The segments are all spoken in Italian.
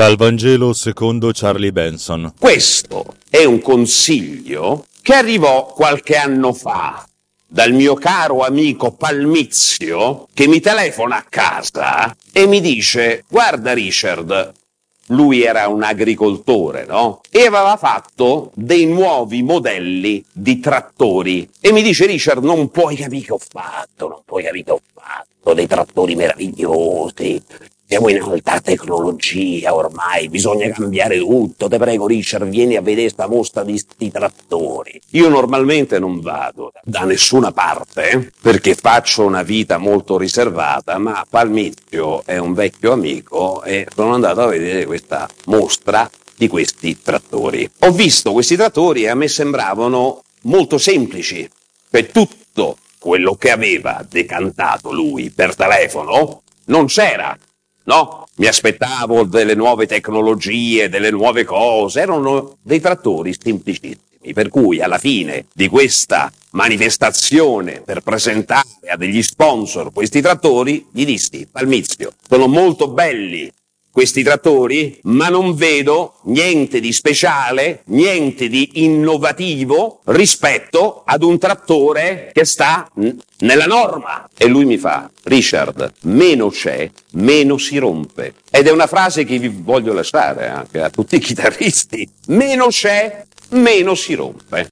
Dal Vangelo secondo Charlie Benson. Questo è un consiglio che arrivò qualche anno fa dal mio caro amico Palmizio, che mi telefona a casa e mi dice: guarda Richard, lui era un agricoltore, no? E aveva fatto dei nuovi modelli di trattori. E mi dice: Richard, non puoi capire che ho fatto, dei trattori meravigliosi. Siamo in alta tecnologia ormai, bisogna cambiare tutto. Te prego Richard, vieni a vedere sta mostra di sti trattori. Io normalmente non vado da nessuna parte perché faccio una vita molto riservata, ma Palmizio è un vecchio amico e sono andato a vedere questa mostra di questi trattori. Ho visto questi trattori e a me sembravano molto semplici, cioè tutto quello che aveva decantato lui per telefono non c'era. No, mi aspettavo delle nuove tecnologie, delle nuove cose, erano dei trattori semplicissimi, per cui alla fine di questa manifestazione per presentare a degli sponsor questi trattori, gli dissi: Palmizio, sono molto belli questi trattori, ma non vedo niente di speciale, niente di innovativo rispetto ad un trattore che sta nella norma. E lui mi fa: Richard, meno c'è, meno si rompe. Ed è una frase che vi voglio lasciare anche a tutti i chitarristi: meno c'è, meno si rompe.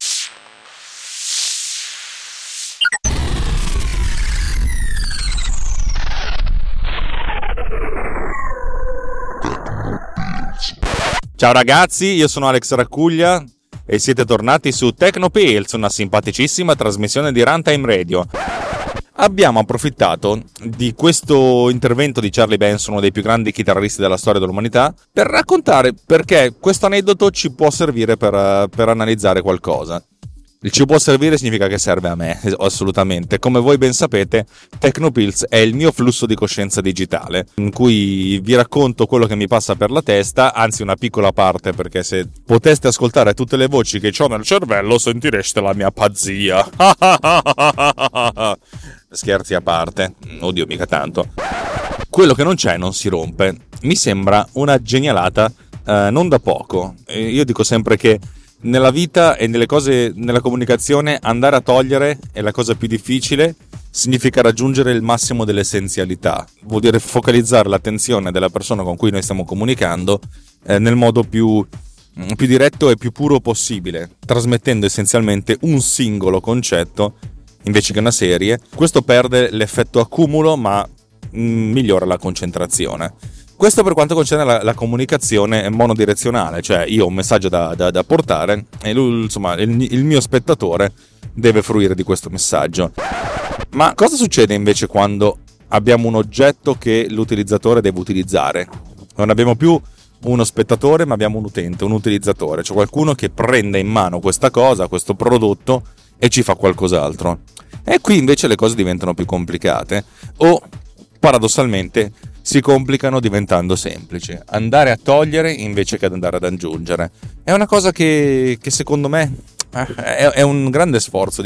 Ciao ragazzi, io sono Alex Raccuglia e siete tornati su Tecnopills, una simpaticissima trasmissione di Runtime Radio. Abbiamo approfittato di questo intervento di Charlie Benson, uno dei più grandi chitarristi della storia dell'umanità, per raccontare perché questo aneddoto ci può servire per analizzare qualcosa. Il ci può servire significa che serve a me, assolutamente. Come voi ben sapete, Tecnopills è il mio flusso di coscienza digitale, in cui vi racconto quello che mi passa per la testa, anzi una piccola parte, perché se poteste ascoltare tutte le voci che ho nel cervello sentireste la mia pazzia. Scherzi a parte, oddio mica tanto. Quello che non c'è non si rompe. Mi sembra una genialata, non da poco. Io dico sempre che nella vita e nelle cose, nella comunicazione, andare a togliere è la cosa più difficile, significa raggiungere il massimo dell'essenzialità, vuol dire focalizzare l'attenzione della persona con cui noi stiamo comunicando nel modo più diretto e più puro possibile, trasmettendo essenzialmente un singolo concetto invece che una serie. Questo perde l'effetto accumulo ma migliora la concentrazione. Questo per quanto concerne la comunicazione monodirezionale, cioè io ho un messaggio da portare e lui, insomma, il mio spettatore deve fruire di questo messaggio. Ma cosa succede invece quando abbiamo un oggetto che l'utilizzatore deve utilizzare? Non abbiamo più uno spettatore, ma abbiamo un utente, un utilizzatore, cioè qualcuno che prende in mano questa cosa, questo prodotto e ci fa qualcos'altro. E qui invece le cose diventano più complicate o, paradossalmente, si complicano diventando semplici. Andare a togliere invece che ad andare ad aggiungere è una cosa che secondo me è un grande sforzo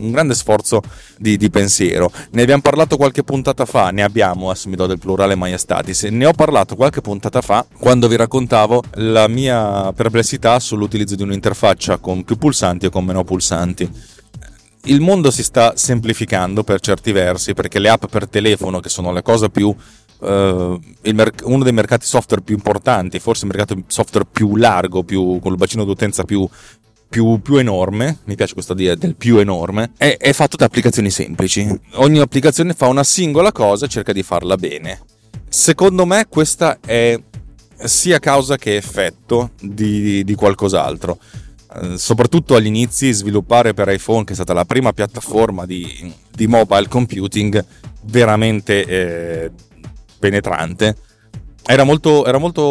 di pensiero. Ne abbiamo parlato qualche puntata fa, adesso mi do del plurale maiestatis, ne ho parlato qualche puntata fa quando vi raccontavo la mia perplessità sull'utilizzo di un'interfaccia con più pulsanti o con meno pulsanti. Il mondo si sta semplificando per certi versi, perché le app per telefono, che sono la cosa più uno dei mercati software più importanti, forse il mercato software più largo, con il bacino d'utenza più enorme, mi piace questa idea del più enorme, è fatto da applicazioni semplici. Ogni applicazione fa una singola cosa e cerca di farla bene. Secondo me questa è sia causa che effetto di qualcos'altro. Soprattutto agli inizi, sviluppare per iPhone, che è stata la prima piattaforma di mobile computing veramente penetrante, era molto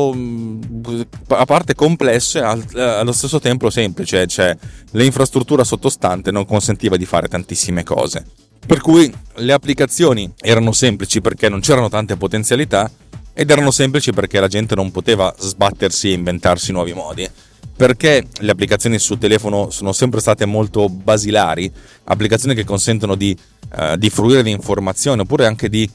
a parte complesso e allo stesso tempo semplice, cioè l'infrastruttura sottostante non consentiva di fare tantissime cose, per cui le applicazioni erano semplici perché non c'erano tante potenzialità ed erano semplici perché la gente non poteva sbattersi e inventarsi nuovi modi. Perché le applicazioni sul telefono sono sempre state molto basilari, applicazioni che consentono di fruire di informazioni oppure anche di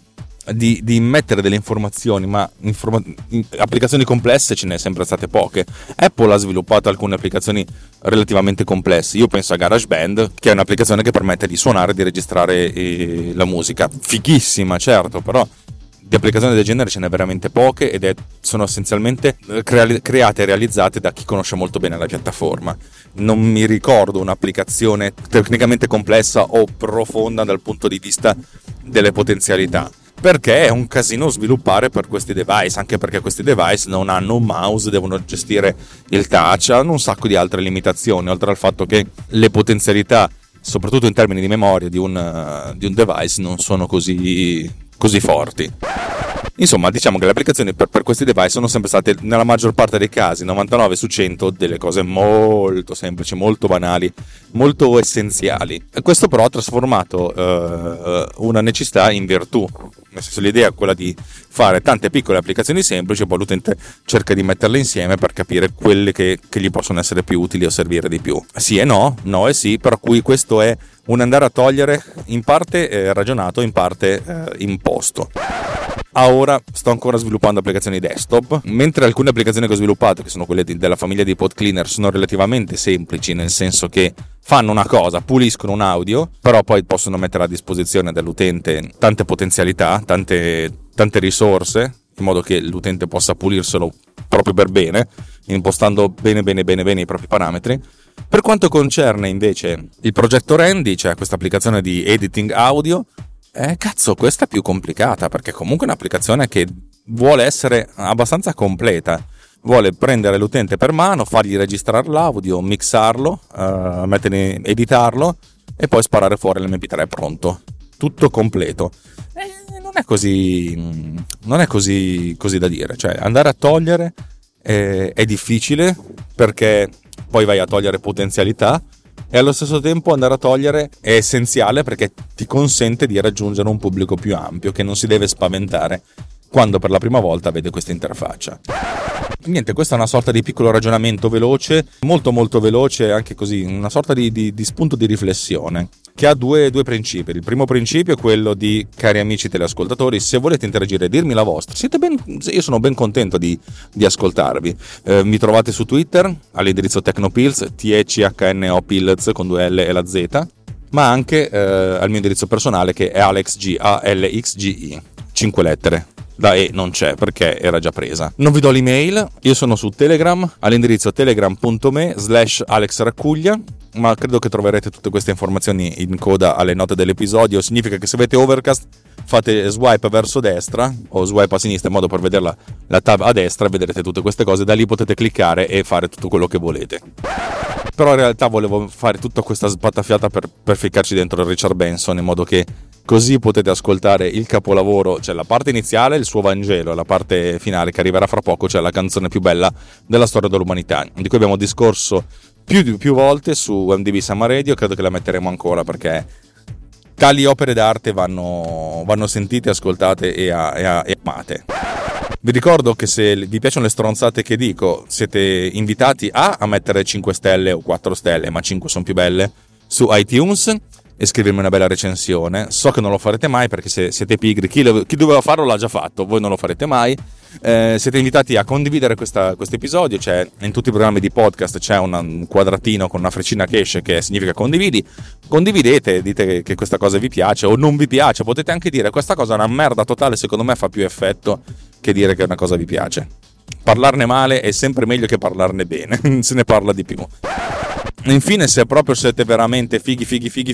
di immettere delle informazioni, ma applicazioni complesse ce ne è sempre state poche. Apple ha sviluppato alcune applicazioni relativamente complesse. Io penso a GarageBand, che è un'applicazione che permette di suonare e di registrare la musica. Fighissima, certo, però di applicazioni del genere ce n'è veramente poche ed sono essenzialmente create e realizzate da chi conosce molto bene la piattaforma. Non mi ricordo un'applicazione tecnicamente complessa o profonda dal punto di vista delle potenzialità, perché è un casino sviluppare per questi device, anche perché questi device non hanno un mouse, devono gestire il touch, hanno un sacco di altre limitazioni, oltre al fatto che le potenzialità, soprattutto in termini di memoria di un device, non sono così forti. Insomma, diciamo che le applicazioni per questi device sono sempre state, nella maggior parte dei casi, 99 su 100, delle cose molto semplici, molto banali, molto essenziali. E questo però ha trasformato una necessità in virtù. Nel senso, l'idea è quella di fare tante piccole applicazioni semplici e poi l'utente cerca di metterle insieme per capire quelle che gli possono essere più utili o servire di più. Sì e no, no e sì, per cui questo è un andare a togliere, in parte ragionato, in parte imposto. A ora sto ancora sviluppando applicazioni desktop, mentre alcune applicazioni che ho sviluppato, che sono quelle della famiglia di PodCleaner, sono relativamente semplici, nel senso che fanno una cosa, puliscono un audio, però poi possono mettere a disposizione dell'utente tante potenzialità, tante risorse, in modo che l'utente possa pulirselo proprio per bene, impostando bene i propri parametri. Per quanto concerne invece il progetto Randy, cioè questa applicazione di editing audio, questa è più complicata, perché comunque è un'applicazione che vuole essere abbastanza completa, vuole prendere l'utente per mano, fargli registrare l'audio, mixarlo, editarlo e poi sparare fuori l'MP3 pronto, tutto completo. Non è così da dire, cioè andare a togliere è difficile, perché poi vai a togliere potenzialità, e allo stesso tempo andare a togliere è essenziale, perché ti consente di raggiungere un pubblico più ampio che non si deve spaventare quando per la prima volta vede questa interfaccia. Niente, questa è una sorta di piccolo ragionamento veloce, molto molto veloce, anche così, una sorta di spunto di riflessione, che ha due principi. Il primo principio è quello di: cari amici teleascoltatori, se volete interagire, dirmi la vostra, io sono ben contento di ascoltarvi. Mi trovate su Twitter all'indirizzo Technopills, THNOPills con 2 L e la Z, ma anche al mio indirizzo personale, che è AlexG, ALXGI, 5 lettere. La E non c'è perché era già presa. Non vi do l'email, io sono su Telegram all'indirizzo telegram.me/AlexRaccuglia, ma credo che troverete tutte queste informazioni in coda alle note dell'episodio. Significa che se avete Overcast fate swipe verso destra o swipe a sinistra, in modo per vederla la tab a destra, e vedrete tutte queste cose. Da lì potete cliccare e fare tutto quello che volete. Però in realtà volevo fare tutta questa spattafiata per ficcarci dentro il Richard Benson, in modo che così potete ascoltare il capolavoro, cioè la parte iniziale, il suo Vangelo, e la parte finale che arriverà fra poco, cioè la canzone più bella della storia dell'umanità, di cui abbiamo discorso più volte su MDB Summer Radio. Credo che la metteremo ancora, perché tali opere d'arte vanno sentite, ascoltate e amate. Vi ricordo che se vi piacciono le stronzate che dico, siete invitati a mettere 5 stelle o 4 stelle, ma 5 sono più belle, su iTunes, e scrivermi una bella recensione. So che non lo farete mai, perché se siete pigri, chi doveva farlo l'ha già fatto, voi non lo farete mai. Siete invitati a condividere questo episodio. C'è in tutti i programmi di podcast, c'è un quadratino con una freccina che esce, che significa condividete, dite che questa cosa vi piace o non vi piace. Potete anche dire: questa cosa è una merda totale, secondo me fa più effetto che dire che una cosa vi piace. Parlarne male è sempre meglio che parlarne bene, se ne parla di più. Infine, se proprio siete veramente fighi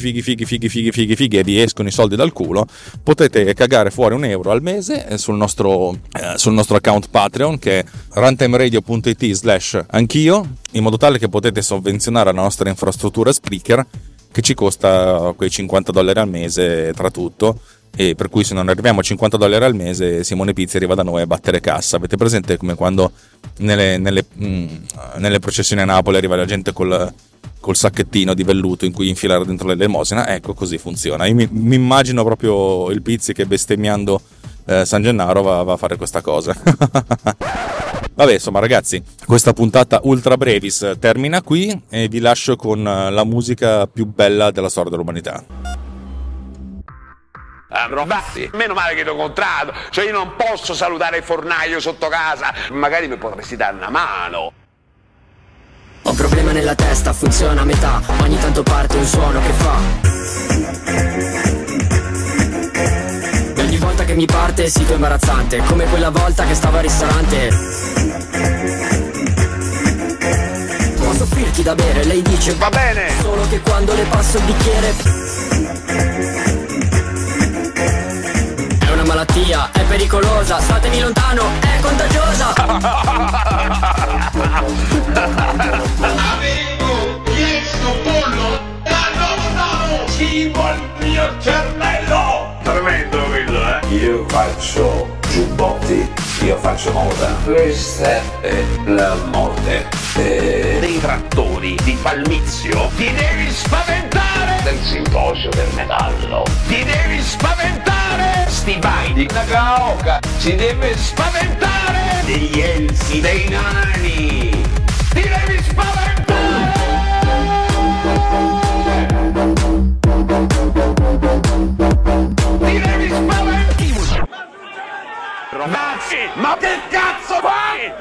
e vi escono i soldi dal culo, potete cagare fuori €1 al mese sul nostro account Patreon, che è runtimeradio.it/anch'io, in modo tale che potete sovvenzionare la nostra infrastruttura Spreaker, che ci costa quei $50 al mese tra tutto, e per cui se non arriviamo a $50 al mese, Simone Pizzi arriva da noi a battere cassa. Avete presente come quando nelle processioni a Napoli arriva la gente col sacchettino di velluto in cui infilare dentro l'elemosina? Ecco, così funziona. Io mi immagino proprio il Pizzi che, bestemmiando San Gennaro, va a fare questa cosa. Vabbè, insomma, ragazzi, questa puntata ultra brevis termina qui, e vi lascio con la musica più bella della storia dell'umanità. Meno male che ti ho incontrato, cioè io non posso salutare il fornaio sotto casa, magari mi potresti dare una mano. Ho un problema nella testa, funziona a metà, ogni tanto parte un suono che fa. E ogni volta che mi parte è sito imbarazzante, come quella volta che stavo al ristorante. Posso offrirti da bere? Lei dice va bene, solo che quando le passo il bicchiere. È una malattia, è pericolosa, statemi lontano, è contagiosa. Avevo chiesto pollo da lontano, cibo al mio cervello. Tremendo quello, eh? Io faccio giubbotti, io faccio moda. Questa è la morte. Dei trattori di Palmizio, ti devi spaventare Del simposio del metallo. ti devi spaventare, stivai di Nagaoka si deve spaventare degli elfi, dei nani, ti devi spaventare. Ti devi spaventare. Ma che cazzo fai?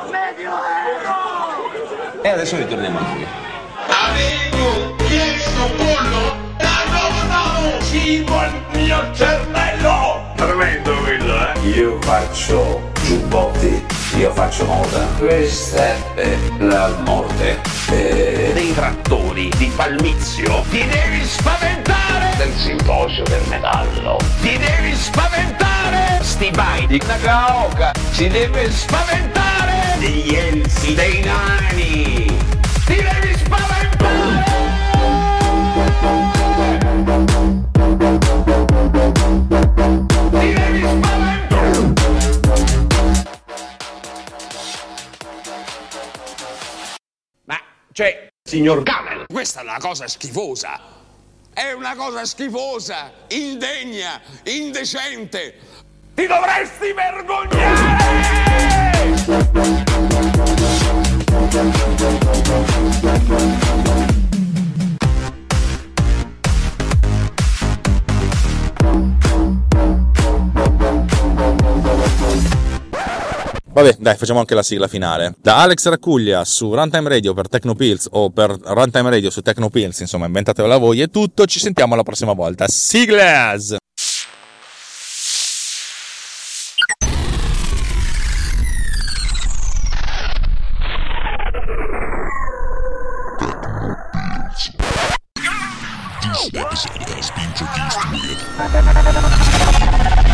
E adesso ritorniamo qui. Avevo chiesto pollo da lontano, cibo al mio cervello. Tremendo quello, eh? Io faccio giubbotti, io faccio moda. Questa è la morte. Dei trattori di Palmizio, ti devi spaventare, Del simposio del metallo. ti devi spaventare, stivai di Nagaoka si deve spaventare degli elfi, dei nani, ti devi spaventare. Ti devi spaventare. Ma, cioè, signor Camel, questa è una cosa schifosa. È una cosa schifosa, indegna, indecente. Ti dovresti vergognare! Vabbè, dai, facciamo anche la sigla finale. Da Alex Raccuglia su Runtime Radio per Tecnopills o per Runtime Radio su Tecnopills, insomma, inventatevela voi, è tutto. Ci sentiamo la prossima volta. Siglas! This episode has been produced with